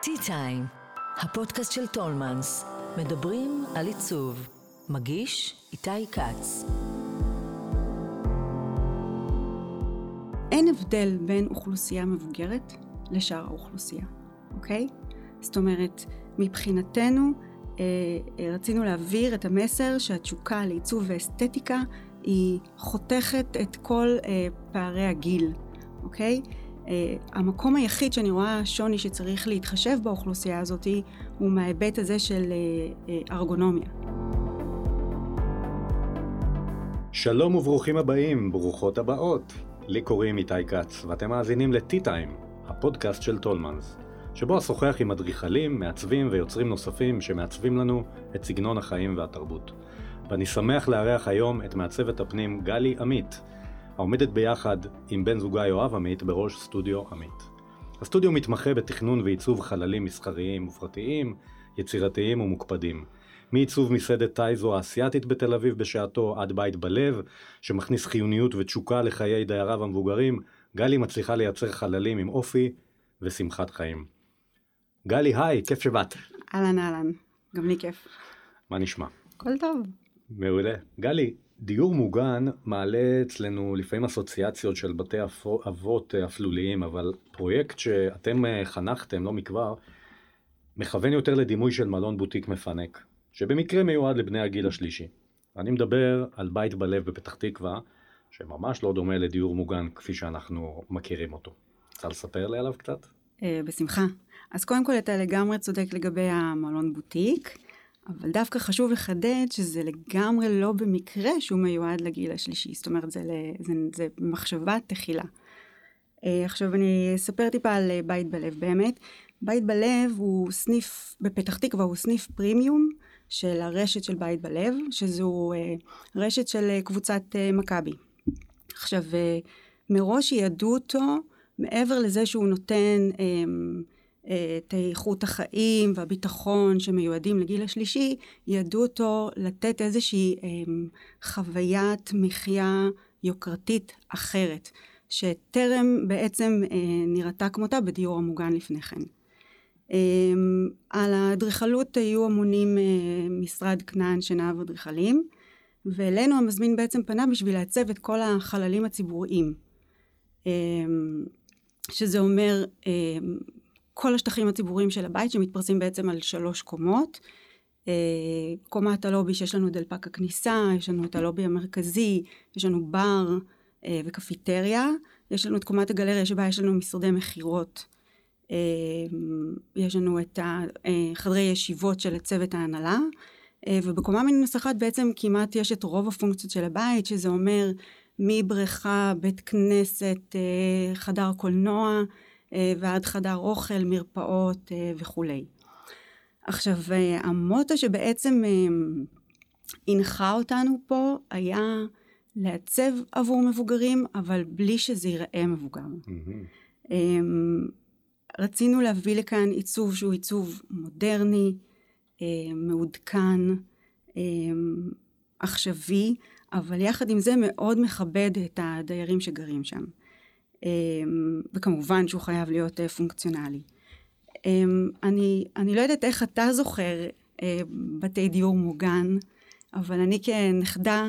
Tea Time, הפודקאסט של טולמנס. מדברים על עיצוב. מגיש איתי כץ. אין הבדל בין אוכלוסייה מבוגרת לשאר האוכלוסייה, אוקיי? זאת אומרת, מבחינתנו רצינו להעביר את המסר שהתשוקה לעיצוב ואסתטיקה היא חותכת את כל פערי הגיל, אוקיי? המקום היחיד שאני רואה שוני שצריך להתחשב באוכלוסייה הזאת הוא מההיבט הזה של ארגונומיה. שלום וברוכים הבאים, ברוכות הבאות. לי קוראים איתי כץ, ואתם מאזינים ל-Tea Time, הפודקאסט של טולמנס, שבו אשוחח עם אדריכלים, מעצבים ויוצרים נוספים שמעצבים לנו את סגנון החיים והתרבות. ואני שמח לארח היום את מעצבת הפנים גלי עמית, העומדת ביחד עם בן זוגה יואב עמית בראש סטודיו עמית. הסטודיו מתמחה בתכנון ועיצוב חללים מסחריים ופרטיים, יצירתיים ומוקפדים. מעיצוב מסעדת טייזו האסייתית בתל אביב בשעתו עד בית בלב, שמכניס חיוניות ותשוקה לחיי דייריו המבוגרים, גלי מצליחה לייצר חללים עם אופי ושמחת חיים. גלי, היי, כיף שבאת. אהלן, גם לי כיף. מה נשמע? הכל טוב. מעולה. גלי, דיור מוגן מעלה אצלנו לפעמים אסוציאציות של בתי אבות אפלוליים, אבל פרויקט שאתם חנכתם לא מכבר, מכוון יותר לדימוי של מלון בוטיק מפנק, שבמקרה מיועד לבני הגיל השלישי. אני מדבר על בית בלב בפתח תקווה, שממש לא דומה לדיור מוגן כפי שאנחנו מכירים אותו. רוצה לספר לי עליו קצת? בשמחה. אז קודם כל אתה לגמרי צודק לגבי המלון בוטיק, אבל דווקא חשוב לחדד שזה לגמרי לא במקרה שהוא מיועד לגיל השלישי. זאת אומרת, זה מחשבה תחילה. עכשיו אני אספר טיפה על בית בלב באמת. בית בלב הוא סניף, בפתח תקווה הוא סניף פרימיום של הרשת של בית בלב, שזו רשת של קבוצת מכבי. עכשיו, מראש ידעו אותו, מעבר לזה שהוא נותן את איכות החיים והביטחון שמיועדים לגיל השלישי, ידעו אותו לתת איזושהי חוויית מחיה יוקרתית אחרת, שטרם בעצם נראתה כמותה בדיור המוגן לפני כן. על האדריכלות היו אמונים משרד כנען שנהב אדריכלים, ואלינו המזמין בעצם פנה בשביל לעצב את כל החללים הציבוריים, שזה אומר כל השטחים הציבוריים של הבית שמתפרסים בעצם על 3 קומות. קומת הלובי שיש לנו דלפק הכניסה, יש לנו את הלובי המרכזי, יש לנו בר וקפיטריה, יש לנו את קומת הגלריה שבה יש לנו משרדי מחירות, יש לנו את חדרי ישיבות של צוות ההנהלה, ובקומה מינוס 1 בעצם כמעט יש את רוב הפונקציות של הבית, שזה אומר מבריכה, בית כנסת, חדר קולנוע, ועד חדר אוכל, מרפאות וכו'. עכשיו, המוטו שבעצם הנחה אותנו פה היה לעצב עבור מבוגרים, אבל בלי שזה ייראה מבוגר. רצינו להביא לכאן עיצוב שהוא עיצוב מודרני, מעודכן, עכשווי, אבל יחד עם זה מאוד מכבד את הדיירים שגרים שם. וכמובן שהוא חייב להיות פונקציונלי. אני לא יודעת איך אתה זוכר בתי דיור מוגן, אבל אני כנכדה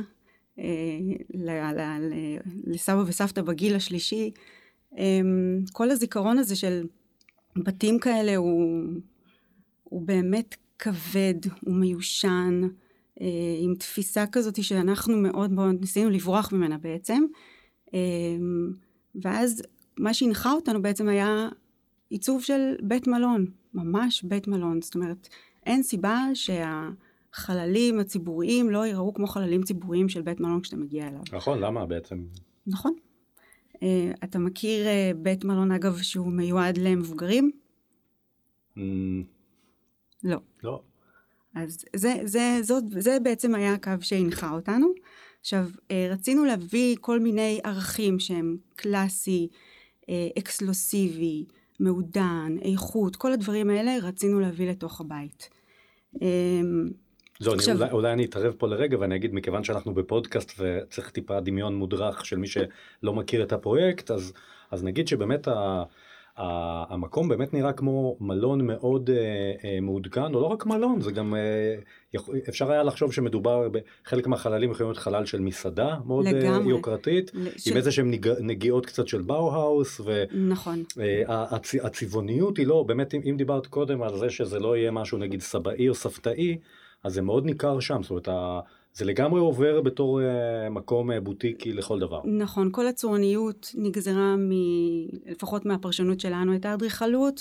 לסבא וסבתא בגיל השלישי, כל הזיכרון הזה של בתים כאלה הוא באמת כבד, הוא מיושן, עם תפיסה כזאת שאנחנו מאוד מאוד ניסינו לברוח ממנה בעצם, ואז מה שהנחה אותנו בעצם היה עיצוב של בית מלון, ממש בית מלון. זאת אומרת, אין סיבה שהחללים הציבוריים לא ייראו כמו חללים ציבוריים של בית מלון כשאתה מגיע אליו. נכון, למה בעצם? נכון. אתה מכיר בית מלון אגב שהוא מיועד למבוגרים? לא. לא. אז זה בעצם היה הקו שהנחה אותנו. עכשיו, רצינו להביא כל מיני ערכים שהם קלאסי, אקסקלוסיבי, מעודן, איכות, כל הדברים האלה רצינו להביא לתוך הבית. אולי אני אתערב פה לרגע ואני אגיד, מכיוון שאנחנו בפודקאסט וצריך טיפה דמיון מודרך של מי שלא מכיר את הפרויקט, אז נגיד שבאמת המקום באמת נראה כמו מלון מאוד מעודכן, או לא רק מלון, זה גם, אפשר היה לחשוב שמדובר בחלק מהחללים, יכולים להיות חלל של מסעדה מאוד יוקרתית, עם איזה שהם נגיעות קצת של באו-האוס, נכון. והצבעוניות היא לא, באמת אם דיברת קודם על זה שזה לא יהיה משהו נגיד סבאי או סבתאי, אז זה מאוד ניכר שם, זאת אומרת, זה לגמרי עובר בתור מקום בוטיקי לכל דבר. נכון, כל הצורניות נגזרה לפחות מהפרשנות שלנו את האדריכלות,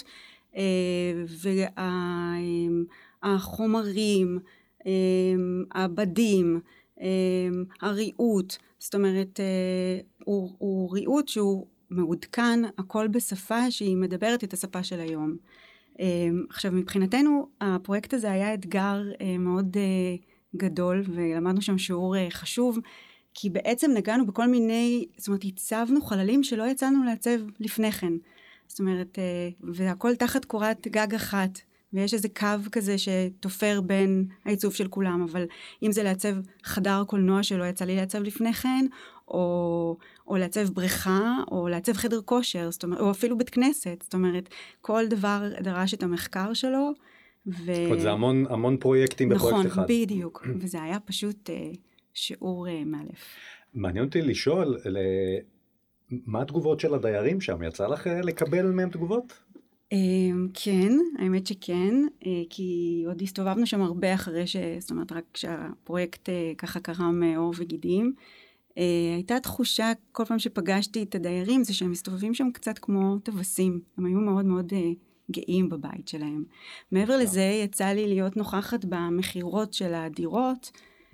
והחומרים, הבדים, הריהוט, זאת אומרת, הוא ריהוט שהוא מעודכן, הכל בשפה שהיא מדברת את השפה של היום. עכשיו, מבחינתנו, הפרויקט הזה היה אתגר מאוד גדול, ולמדנו שם שיעור חשוב, כי בעצם נגענו בכל מיני, זאת אומרת, הצבנו חללים שלא יצאנו לעצב לפני כן. זאת אומרת, והכל תחת קורת גג אחת, ויש איזה קו כזה שתופר בין העיצוב של כולם, אבל אם זה לעצב חדר קולנוע שלא יצא לי לעצב לפני כן, או לעצב בריכה, או לעצב חדר כושר, זאת אומרת, או אפילו בית כנסת, זאת אומרת, כל דבר דרש את המחקר שלו, זה המון פרויקטים בפרויקט אחד. נכון, בדיוק, וזה היה פשוט שיעור מאלף. מעניין אותי לשאול, מה התגובות של הדיירים שם? יצא לך לקבל מהם תגובות? כן, האמת שכן, כי עוד הסתובבנו שם הרבה אחרי זאת אומרת, רק כשהפרויקט ככה קרם עור וגידים. הייתה תחושה, כל פעם שפגשתי את הדיירים, זה שהם מסתובבים שם קצת כמו טווסים. הם היו מאוד מאוד גאים בבית שלהם. מעבר לזה, יצא לי להיות נוכחת במחירות של הדירות,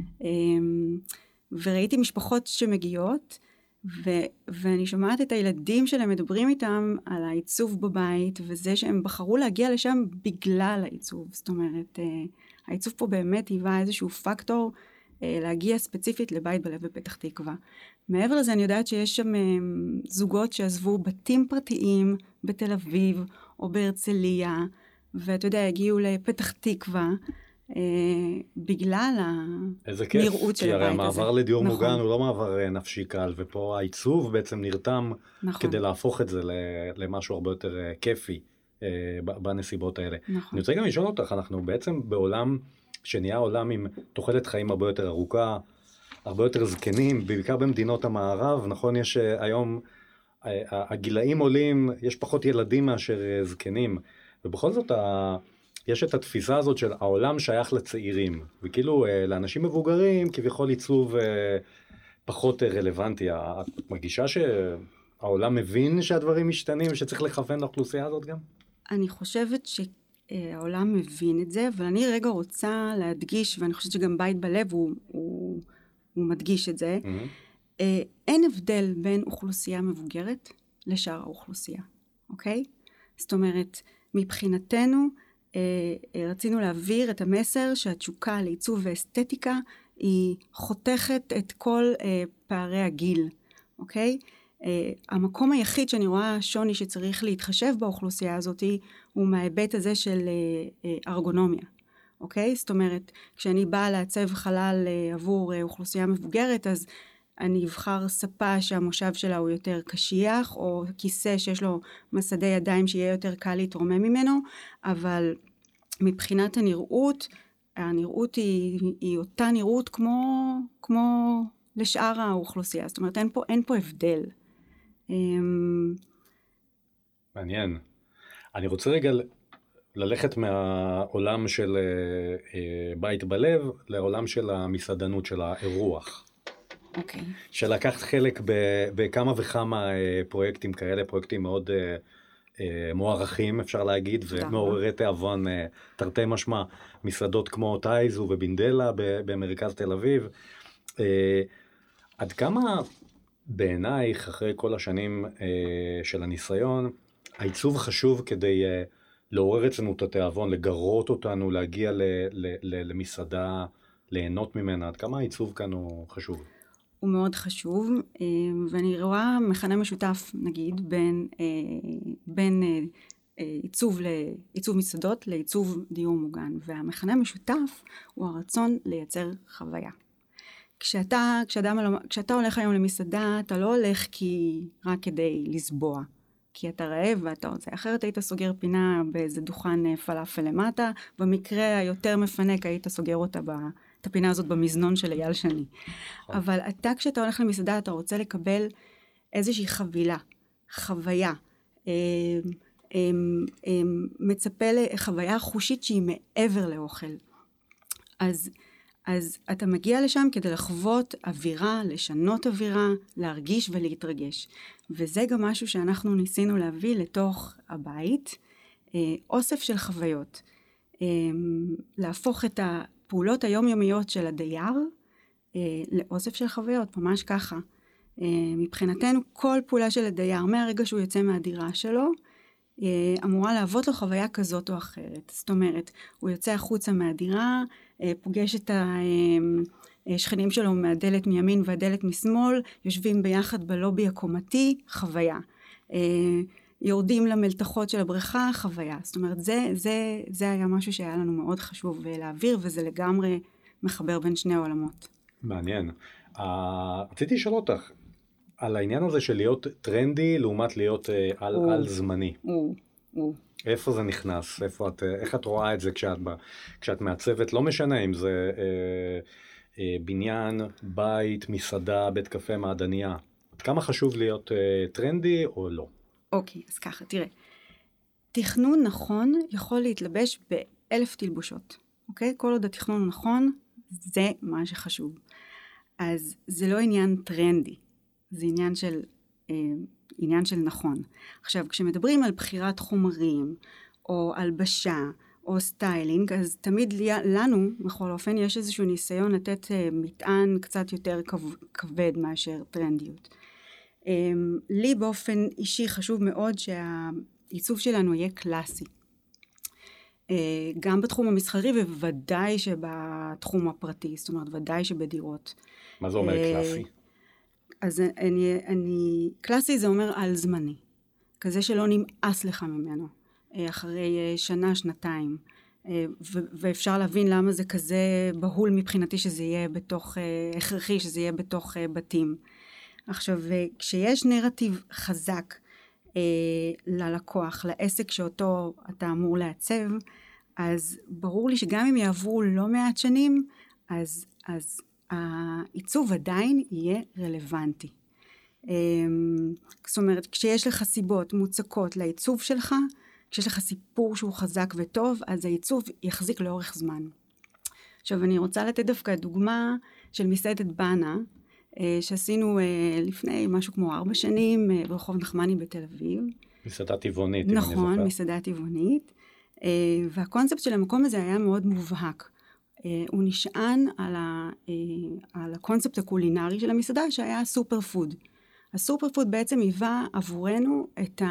וראיתי משפחות שמגיעות, ואני שומעת את הילדים שלהם מדברים איתם על העיצוב בבית, וזה שהם בחרו להגיע לשם בגלל העיצוב. זאת אומרת, העיצוב פה באמת היווה איזשהו פקטור להגיע ספציפית לבית בלב בפתח תקווה. מעבר לזה, אני יודעת שיש שם זוגות שעזבו בתים פרטיים בתל אביב או בהרצליה, ואתה יודע, הגיעו לפתח תקווה, בגלל הנראות של הבית הזה. איזה כיף, כי הרי המעבר לדיור מוגן הוא לא מעבר נפשי קל, ופה העיצוב בעצם נרתם כדי להפוך את זה למשהו הרבה יותר כיפי בנסיבות האלה. אני רוצה גם לשאול אותך, אנחנו בעצם בעולם שנהיה עולם עם תוחלת חיים הרבה יותר ארוכה, הרבה יותר זקנים, בעיקר במדינות המערב, נכון? יש היום, הגילאים עולים, יש פחות ילדים מאשר זקנים, ובכל זאת יש את התפיסה הזאת של העולם שייך לצעירים, וכאילו לאנשים מבוגרים כביכול עיצוב פחות רלוונטי. את מרגישה שהעולם מבין שהדברים משתנים, שצריך לכוון לאוכלוסייה הזאת גם? אני חושבת העולם מבין את זה, אבל אני רגע רוצה להדגיש, ואני חושבת שגם בית בלב הוא מדגיש את זה, אין הבדל בין אוכלוסייה מבוגרת לשאר האוכלוסייה, אוקיי? זאת אומרת, מבחינתנו, רצינו להעביר את המסר שהתשוקה לעיצוב ואסתטיקה היא חותכת את כל פערי הגיל, אוקיי? המקום היחיד שאני רואה שוני שצריך להתחשב באוכלוסייה הזאת הוא מההיבט הזה של ארגונומיה, אוקיי? זאת אומרת, כשאני באה לעצב חלל עבור אוכלוסייה מבוגרת, אז אני אבחר ספה שהמושב שלה הוא יותר קשיח, או כיסא שיש לו מסדי ידיים שיהיה יותר קל להתרומם ממנו, אבל מבחינת הנראות היא אותה נראות כמו לשאר האוכלוסייה. זאת אומרת, אין פה הבדל. מעניין. אני רוצה רגע ללכת מהעולם של בית בלב לעולם של המסעדנות, של האירוח. אוקיי. שלקחת חלק בכמה וכמה פרויקטים כאלה, פרויקטים מאוד מוערכים אפשר להגיד, ומעוררי תיאבון תרתי משמע, מסעדות כמו טייזו ובינדלה במרכז תל אביב. עד כמה בעינייך, אחרי כל השנים של הניסיון, העיצוב חשוב כדי לעורר אצלנו את התיאבון, לגרות אותנו, להגיע למסעדה, ליהנות ממנה? עד כמה העיצוב כאן הוא חשוב? הוא מאוד חשוב, ואני רואה מכנה משותף, נגיד, בין עיצוב מסעדות לעיצוב דיור מוגן, והמכנה המשותף הוא הרצון לייצר חוויה. כשאתה הולך היום למסעדה, אתה לא הולך רק כדי לסבוע, כי אתה רעב ואתה רוצה, אחרת היית סוגר פינה באיזה דוכן פלאפל למטה, במקרה היותר מפנק היית סוגר אותה את הפינה הזאת במזנון של אייל שני. אבל אתה כשאתה הולך למסעדה אתה רוצה לקבל איזושהי חוויה, מצפה לחוויה חושית שהיא מעבר לאוכל. אז אתה מגיע לשם כדי לחוות אווירה, לשנות אווירה, להרגיש ולהתרגש. וזה גם משהו שאנחנו ניסינו להביא לתוך הבית, אוסף של חוויות. להפוך את הפעולות היומיומיות של הדייר לאוסף של חוויות, ממש ככה. מבחינתנו כל פעולה של הדייר, מהרגע שהוא יוצא מהדירה שלו, אמורה להוות לו חוויה כזאת או אחרת. זאת אומרת, הוא יוצא החוצה מהדירה, פוגש את השכנים שלו מהדלת מימין והדלת משמאל, יושבים ביחד בלובי הקומתי, חוויה. יורדים למלתחות של הבריכה, חוויה. זאת אומרת, זה היה משהו שהיה לנו מאוד חשוב להעביר, וזה לגמרי מחבר בין שני העולמות. מעניין. רציתי לשאול אותך, על העניין הזה של להיות טרנדי לעומת להיות על זמני. איפה זה נכנס? איך את רואה את זה כשאת מעצבת? לא משנה אם זה בניין, בית, מסעדה, בית קפה, מעדניה. כמה חשוב להיות טרנדי או לא? אוקיי, אז ככה, תראה. תכנון נכון יכול להתלבש ב1000 תלבושות. אוקיי? כל עוד התכנון נכון, זה מה שחשוב. אז זה לא עניין טרנדי. זה עניין של נכון. עכשיו, כשמדברים על בחירת חומרים, או הלבשה, או סטיילינג, אז תמיד לנו, בכל אופן, יש איזשהו ניסיון לתת מטען קצת יותר כבד מאשר טרנדיות. לי באופן אישי חשוב מאוד שהעיצוב שלנו יהיה קלאסי. גם בתחום המסחרי, ובוודאי שבתחום הפרטי, זאת אומרת, ודאי שבדירות. מה זה אומר קלאסי? אז קלאסי זה אומר על זמני, כזה שלא נמאס לך ממנו, אחרי שנה, שנתיים, ואפשר להבין למה זה כזה בהול מבחינתי שזה יהיה בתוך, הכרחי שזה יהיה בתוך בתים. עכשיו, כשיש נרטיב חזק ללקוח, לעסק שאותו אתה אמור לעצב, אז ברור לי שגם אם יעברו לא מעט שנים, אז העיצוב עדיין יהיה רלוונטי. זאת אומרת, כשיש לך סיבות מוצקות לעיצוב שלך, כשיש לך סיפור שהוא חזק וטוב, אז העיצוב יחזיק לאורך זמן. עכשיו, אני רוצה לתת דווקא דוגמה של מסעדת בנה, שעשינו לפני משהו כמו 4 שנים, ברחוב נחמני בתל אביב. מסעדה טבעונית. נכון, מסעדה טבעונית. והקונספט של המקום הזה היה מאוד מובהק. הוא נשען על הקונספט הקולינרי של המסעדה שהיה סופר פוד. הסופר פוד בעצם היווה עבורנו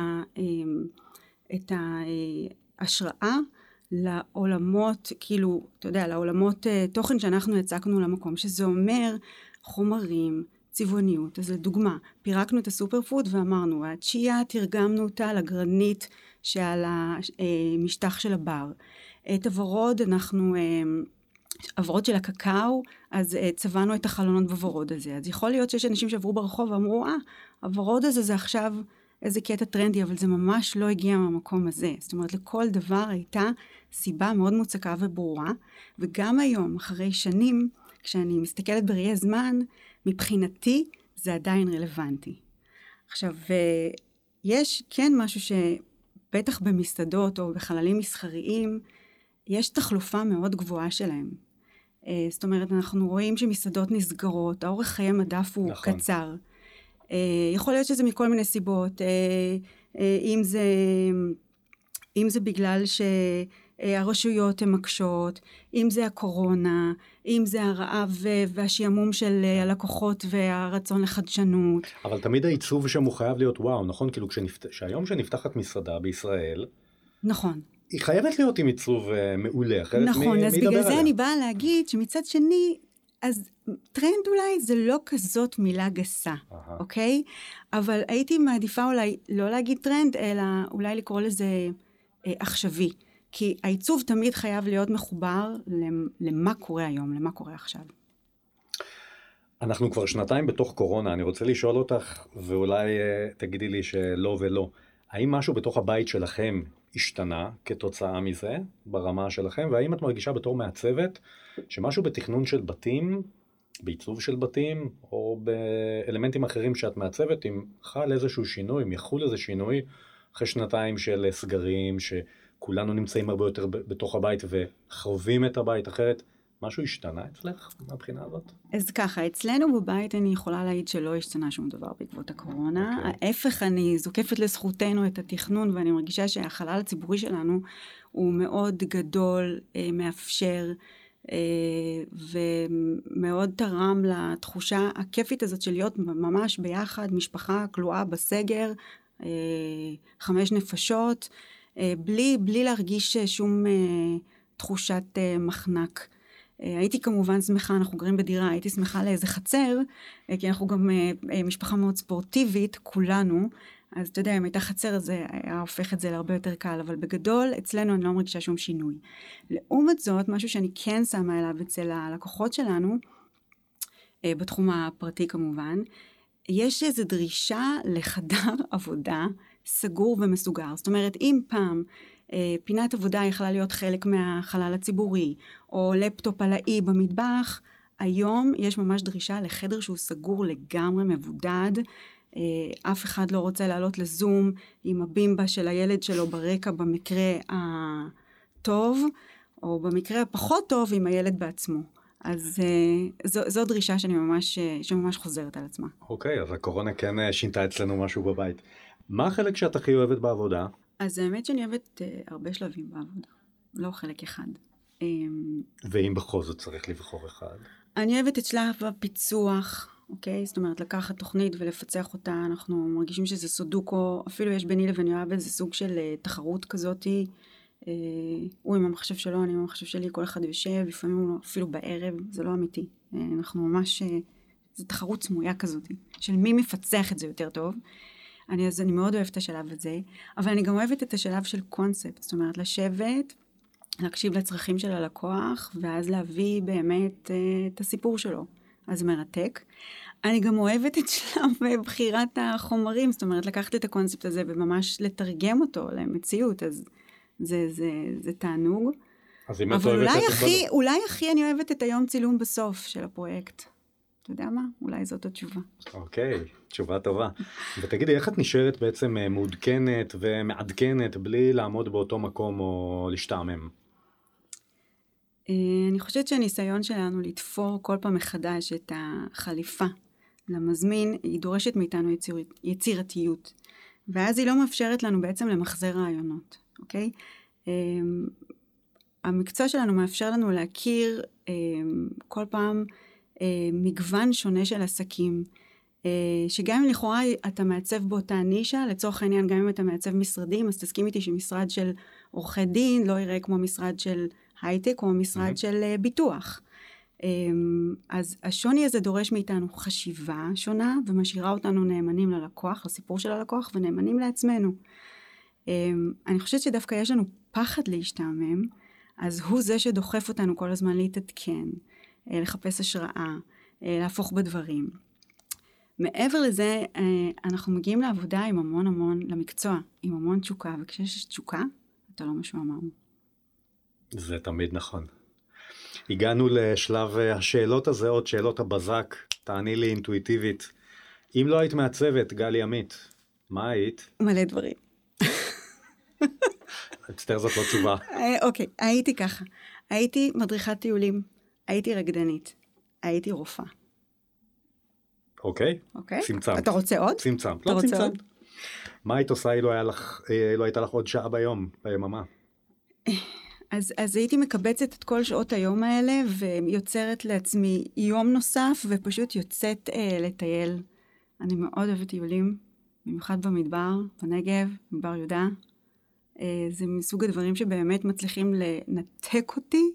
את ההשראה לעולמות, כאילו, אתה יודע, לעולמות תוכן שאנחנו הצקנו למקום, שזה אומר חומרים, צבעוניות. אז לדוגמה, פירקנו את הסופר פוד ואמרנו, הצ'יה תרגמנו אותה לגרנית שעל המשטח של הבר. את הוורוד אנחנו... הוורוד של הקקאו, אז צבענו את החלונות בוורוד הזה. אז יכול להיות שיש אנשים שעברו ברחוב ואמרו, הוורוד הזה זה עכשיו איזה קטע טרנדי, אבל זה ממש לא הגיע מהמקום הזה. זאת אומרת, לכל דבר הייתה סיבה מאוד מוצקה וברורה, וגם היום, אחרי שנים, כשאני מסתכלת בראייה זמן, מבחינתי זה עדיין רלוונטי. עכשיו, יש כן משהו שבטח במסעדות או בחללים מסחריים, יש תחלופה מאוד גבוהה שלהם. זאת אומרת, אנחנו רואים שמסעדות נסגרות, האורך חיי מדף הוא נכון. קצר. יכול להיות שזה מכל מיני סיבות, אם זה בגלל שהרשויות הן מקשות, אם זה הקורונה, אם זה הרעב והשיעמום של הלקוחות והרצון לחדשנות. אבל תמיד העיצוב שם הוא חייב להיות וואו, נכון? כאילו שהיום שנפתחת מסעדה בישראל, נכון. היא חייבת להיות עם עיצוב מעולה, אחרת נכון, אז בגלל זה אני באה להגיד שמצד שני, אז טרנד אולי זה לא כזאת מילה גסה, אוקיי? אבל הייתי מעדיפה אולי לא להגיד טרנד, אלא אולי לקרוא לזה עכשווי. כי העיצוב תמיד חייב להיות מחובר למה קורה היום, למה קורה עכשיו. אנחנו כבר 2 בתוך קורונה, אני רוצה לשאול אותך, ואולי תגידי לי שלא ולא. האם משהו בתוך הבית שלכם השתנה כתוצאה מזה ברמה שלכם, והאם את מרגישה בתור מעצבת שמשהו בתכנון של בתים, בעיצוב של בתים, או באלמנטים אחרים שאת מעצבת, אם חל איזשהו שינוי, אם יחול איזה שינוי, אחרי שנתיים של סגרים, שכולנו נמצאים הרבה יותר בתוך הבית וחווים את הבית אחרת, משהו השתנה אצלך מהבחינה הזאת? אז ככה, אצלנו בבית אני יכולה להעיד שלא השתנה שום דבר בעקבות הקורונה. ההפך, אני זוקפת לזכותנו את התכנון, ואני מרגישה שהחלל הציבורי שלנו הוא מאוד גדול, מאפשר, ומאוד תרם לתחושה הכיפית הזאת של להיות ממש ביחד, משפחה כלואה בסגר, 5 נפשות, בלי להרגיש שום תחושת מחנק. הייתי כמובן שמחה, אנחנו גרים בדירה, הייתי שמחה לאיזה חצר, כי אנחנו גם משפחה מאוד ספורטיבית, כולנו, אז אתה יודע, אם הייתה חצר, זה היה הופך את זה להרבה יותר קל, אבל בגדול, אצלנו אני לא מרגישה שום שינוי. לעומת זאת, משהו שאני כן שמה אליו אצל הלקוחות שלנו, בתחום הפרטי כמובן, יש איזו דרישה לחדר עבודה סגור ומסוגר. זאת אומרת, אם פעם פינת עבודה יכלה להיות חלק מהחלל הציבורי, או לפטופ על האי במטבח, היום יש ממש דרישה לחדר שהוא סגור לגמרי מבודד, אף אחד לא רוצה לעלות לזום עם הבימבה של הילד שלו ברקע במקרה הטוב, או במקרה הפחות טוב עם הילד בעצמו. אז זו דרישה שממש חוזרת על עצמה. אוקיי, אז הקורונה כן שינתה אצלנו משהו בבית. מה החלק שאת הכי אוהבת בעבודה? אז האמת שאני אוהבת הרבה שלבים בעבודה, לא חלק אחד. ואם בכל זאת צריך לבחור אחד? אני אוהבת את שלב הפיצוח, אוקיי? זאת אומרת, לקחת תוכנית ולפצח אותה, אנחנו מרגישים שזה סודוקו, אפילו יש ביני לבין יואב איזה סוג של תחרות כזאת, הוא עם המחשב שלו, אני עם המחשב שלי, כל אחד יושב, לפעמים אפילו בערב, זה לא אמיתי. אנחנו ממש, זו תחרות סמויה כזאת, של מי מפצח את זה יותר טוב. אז אני מאוד אוהבת את השלב הזה, אבל אני גם אוהבת את השלב של קונספט, זאת אומרת, לשבת, להקשיב לצרכים של הלקוח, ואז להביא באמת את הסיפור שלו. אז מרתק. אני גם אוהבת את שלב בחירת החומרים, זאת אומרת, לקחת את הקונספט הזה וממש לתרגם אותו למציאות, אז זה תענוג. אז אם את אבל אוהבת אולי הכי אני אוהבת את היום צילום בסוף של הפרויקט. אתה יודע מה? אולי זאת התשובה. אוקיי, תשובה טובה. ותגידי, איך את נשארת בעצם מעודכנת ומעדכנת בלי לעמוד באותו מקום או להשתעמם? אני חושבת שהניסיון שלנו לתפור כל פעם מחדש את החליפה למזמין, היא דורשת מאיתנו יצירתיות. ואז היא לא מאפשרת לנו בעצם למחזר רעיונות, אוקיי? המקצוע שלנו מאפשר לנו להכיר כל פעם מגוון שונה של עסקים, שגם אם לכאורה אתה מעצב באותה נישה, לצורך העניין גם אם אתה מעצב משרדים, אז תסכים איתי שמשרד של עורכי דין לא יראה כמו משרד של הייטק או משרד של ביטוח. אז השוני הזה דורש מאיתנו חשיבה שונה, ומשאירה אותנו נאמנים ללקוח, לסיפור של הלקוח, ונאמנים לעצמנו. אני חושבת שדווקא יש לנו פחד להשתעמם, אז הוא זה שדוחף אותנו כל הזמן להתעדכן, לחפש השראה, להפוך בדברים. מעבר לזה, אנחנו מגיעים לעבודה עם המון למקצוע, עם המון תשוקה, וכשיש תשוקה, אתה לא משועמם. זה תמיד נכון. הגענו לשלב השאלות הזה, עוד שאלות הבזק, תעני לי אינטואיטיבית. אם לא היית מעצבת, גלי עמית, מה היית? מלא דברים. אצטר זאת לא תשובה. אוקיי, הייתי ככה. הייתי מדריכת טיולים, הייתי רקדנית, הייתי רופאה. אוקיי, צמצמת. אתה רוצה עוד? צמצמת, לא צמצמת. מה היית עושה אילו הייתה לך עוד שעה ביום, ביממה? אז הייתי מקבצת את כל שעות היום האלה, ויוצרת לעצמי יום נוסף, ופשוט יוצאת לטייל. אני מאוד אוהבת טיולים, במיוחד במדבר, בנגב, מדבר יהודה. זה מסוג הדברים שבאמת מצליחים לנתק אותי.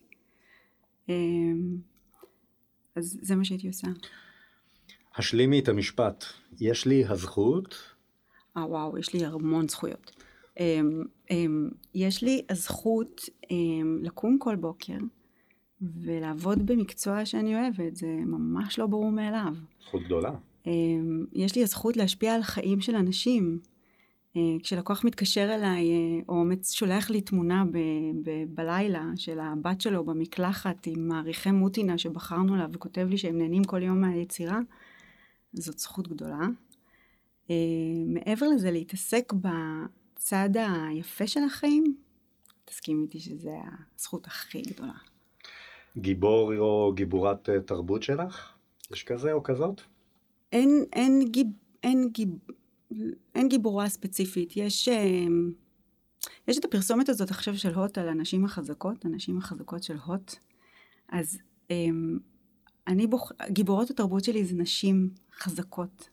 אז זה מה שהייתי עושה. השלימי את המשפט. יש לי הזכות? וואו, יש לי המון זכויות. יש לי הזכות לקום כל בוקר ולעבוד במקצוע שאני אוהבת, זה ממש לא ברור מאליו. זכות גדולה. יש לי הזכות להשפיע על חיים של אנשים. כשלקוח מתקשר אליי, או שולח לי תמונה בלילה של הבת שלו במקלחת עם מעריכי מוטינה שבחרנו לה, וכותב לי שהם נהנים כל יום מהיצירה, זאת זכות גדולה. מעבר לזה, להתעסק בצד היפה של החיים, תסכים איתי שזה הזכות הכי גדולה. גיבור או גיבורת תרבות שלך? יש כזה או כזאת? אין גיבורה ספציפית. יש את הפרסומת הזאת עכשיו של הוט על הנשים החזקות של הוט. אז גיבורות התרבות שלי זה נשים חזקות.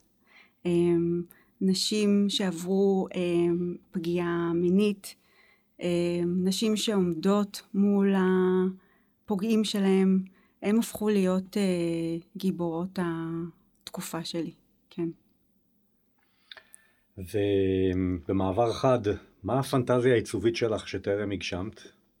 נשים שעברו פגיעה מינית, נשים שעומדות מול הפוגעים שלהם, הם הפכו להיות גיבורות התקופה שלי, כן. ובמעבר חד, מה הפנטזיה העיצובית שלך שטרם הגשמת?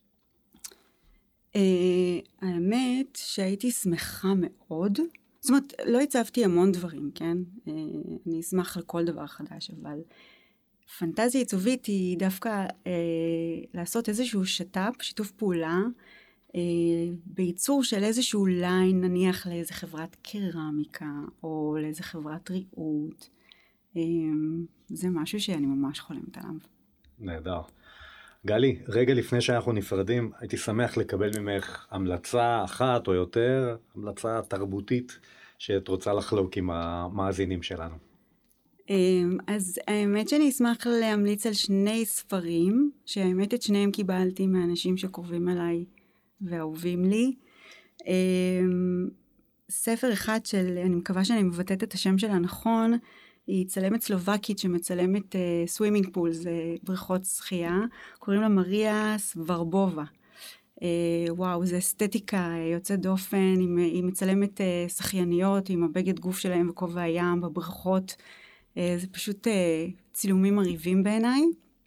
האמת שהייתי שמחה מאוד, זאת אומרת, לא הצבתי המון דברים, כן? אני אשמח על כל דבר חדש, אבל פנטזיה עיצובית היא דווקא לעשות איזשהו שיתוף פעולה, בייצור של איזשהו ליין, נניח לאיזה חברת קרמיקה, או לאיזה חברת ריהוט. זה משהו שאני ממש חולמת עליו. נהדר. גלי, רגע לפני שאנחנו נפרדים, הייתי שמח לקבל ממך המלצה אחת או יותר, המלצה תרבותית, שאת רוצה לחלוק עם המאזינים שלנו. אז האמת שאני אשמח להמליץ על 2 ספרים, שהאמת את שניהם קיבלתי מאנשים שקרובים אליי ואהובים לי. ספר אחד אני מקווה שאני מבטאת את השם שלה נכון, היא צלמת סלובקית שמצלמת סווימינג פול, זה בריכות שחייה, קוראים לה מריה סברבובה. וואו, זה אסתטיקה יוצאת דופן, היא מצלמת שחייניות עם הבגד גוף שלהם וכובע הים בבריכות, זה פשוט צילומים מרהיבים בעיניי.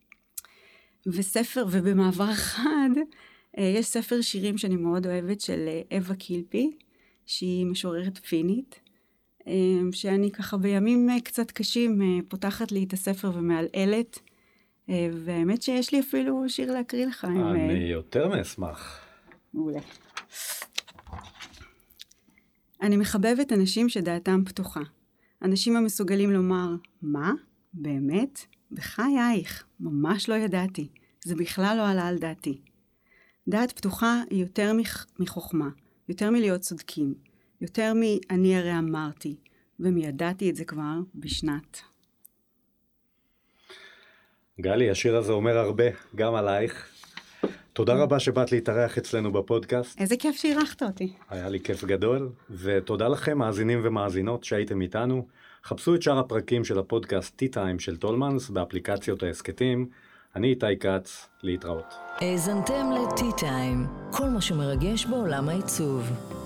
ובמעבר אחד, יש ספר שירים שאני מאוד אוהבת של אווה קילפי, שהיא משוררת פינית, שאני ככה בימים קצת קשים פותחת לי את הספר ומעלעלת, והאמת שיש לי אפילו שיר להקריא לך. אני יותר מאשמח. מעולה. אני מחבבת אנשים שדעתם פתוחה. אנשים המסוגלים לומר, מה? באמת? בחייך, ממש לא ידעתי. זה בכלל לא עלה על דעתי. דעת פתוחה היא יותר מחוכמה, יותר מלהיות צודקים, יותר אני הרי אמרתי, ומיידעתי את זה כבר בשנת. גלי, השיר הזה אומר הרבה, גם עלייך. תודה רבה שבאת להתארח אצלנו בפודקאסט. איזה כיף שאירחת אותי. היה לי כיף גדול, ותודה לכם, מאזינים ומאזינות שהייתם איתנו. חפשו את שאר הפרקים של הפודקאסט T-Time של טולמנס באפליקציות העסקתים. אני איתי כץ, להתראות. האזנתם ל-T-Time, כל מה שמרגש בעולם העיצוב.